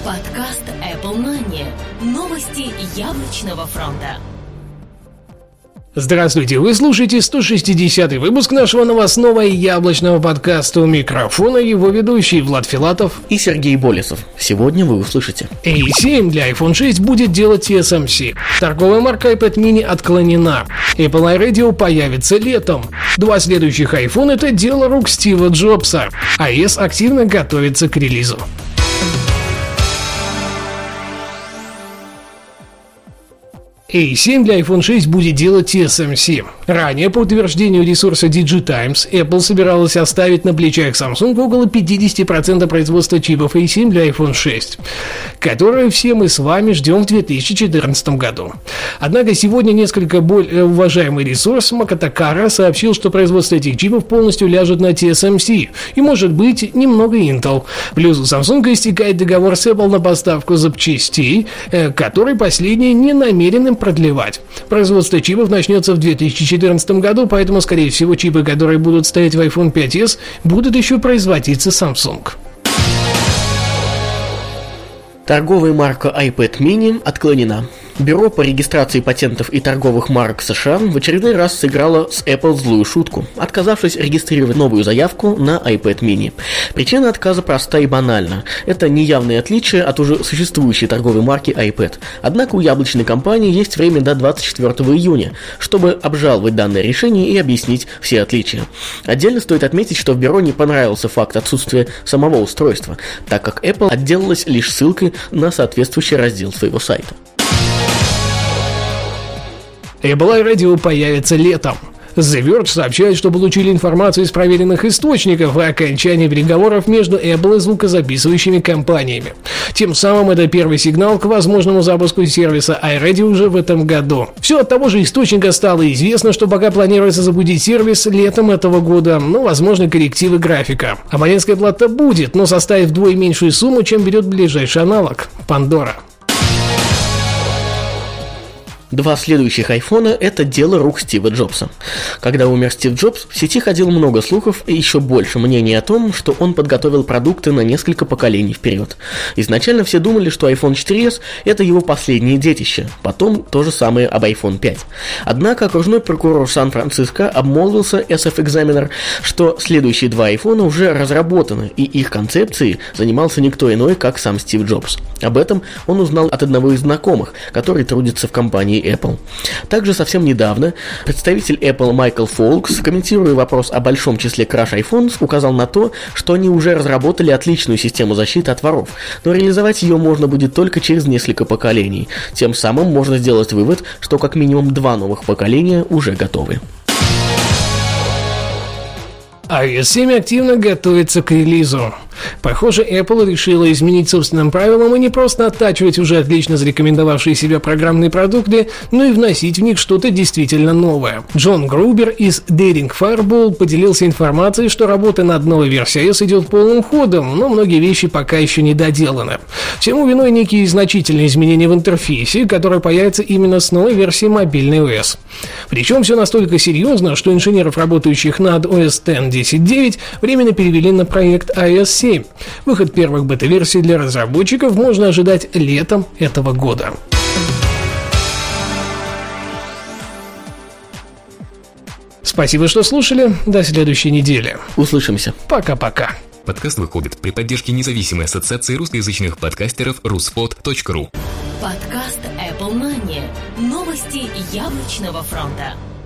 Подкаст Apple Money. Новости яблочного фронта. Здравствуйте, вы слушаете 160-й выпуск нашего новостного яблочного подкаста. У микрофона его ведущий Влад Филатов и Сергей Болесов. Сегодня вы услышите: A7 для iPhone 6 будет делать TSMC. Торговая марка iPad mini отклонена. Apple iRadio появится летом. Два следующих iPhone — это дело рук Стива Джобса. iOS активно готовится к релизу. A7 для iPhone 6 будет делать TSMC. Ранее, по утверждению ресурса DigiTimes, Apple собиралась оставить на плечах Samsung около 50% производства чипов A7 для iPhone 6, которые все мы с вами ждем в 2014 году. Однако сегодня несколько более уважаемый ресурс Макатакара сообщил, что производство этих чипов полностью ляжет на TSMC и, может быть, немного Intel. Плюс у Samsung истекает договор с Apple на поставку запчастей, который последние не намерены продлевать. Производство чипов начнется в 2014 году, поэтому, скорее всего, чипы, которые будут стоять в iPhone 5s, будут еще производиться Samsung. Торговая марка iPad mini отклонена. Бюро по регистрации патентов и торговых марок США в очередной раз сыграло с Apple злую шутку, отказавшись регистрировать новую заявку на iPad mini. Причина отказа проста и банальна. Это неявные отличия от уже существующей торговой марки iPad. Однако у яблочной компании есть время до 24 июня, чтобы обжаловать данное решение и объяснить все отличия. Отдельно стоит отметить, что в бюро не понравился факт отсутствия самого устройства, так как Apple отделалась лишь ссылкой на соответствующий раздел своего сайта. Apple iRadio появится летом. The Verge сообщает, что получили информацию из проверенных источников о окончании переговоров между Apple и звукозаписывающими компаниями. Тем самым это первый сигнал к возможному запуску сервиса iRadio уже в этом году. Все от того же источника стало известно, что пока планируется запустить сервис летом этого года, но возможны коррективы графика. Абонентская плата будет, но составит вдвое меньшую сумму, чем берет ближайший аналог – Pandora. Два следующих айфона – это дело рук Стива Джобса. Когда умер Стив Джобс, в сети ходило много слухов и еще больше мнений о том, что он подготовил продукты на несколько поколений вперед. Изначально все думали, что iPhone 4s – это его последнее детище, потом то же самое об iPhone 5. Однако окружной прокурор Сан-Франциско обмолвился SF Examiner, что следующие два айфона уже разработаны, и их концепцией занимался никто иной, как сам Стив Джобс. Об этом он узнал от одного из знакомых, который трудится в компании Apple. Также совсем недавно представитель Apple Майкл Фолкс, комментируя вопрос о большом числе краш iPhones, указал на то, что они уже разработали отличную систему защиты от воров, но реализовать ее можно будет только через несколько поколений. Тем самым можно сделать вывод, что как минимум два новых поколения уже готовы. iOS 7 активно готовится к релизу. Похоже, Apple решила изменить собственным правилам и не просто оттачивать уже отлично зарекомендовавшие себя программные продукты, но и вносить в них что-то действительно новое. Джон Грубер из Daring Fireball поделился информацией, что работа над новой версией iOS идет полным ходом, но многие вещи пока еще не доделаны. Всему виной некие значительные изменения в интерфейсе, которые появятся именно с новой версией мобильной OS. Причем все настолько серьезно, что инженеров, работающих над OS X 10.9, временно перевели на проект iOS 7. Выход первых бета-версий для разработчиков можно ожидать летом этого года. Спасибо, что слушали. До следующей недели. Услышимся. Пока-пока. Подкаст выходит при поддержке независимой ассоциации русскоязычных подкастеров ruspod.ru. Подкаст Apple Money. Новости яблочного фронта.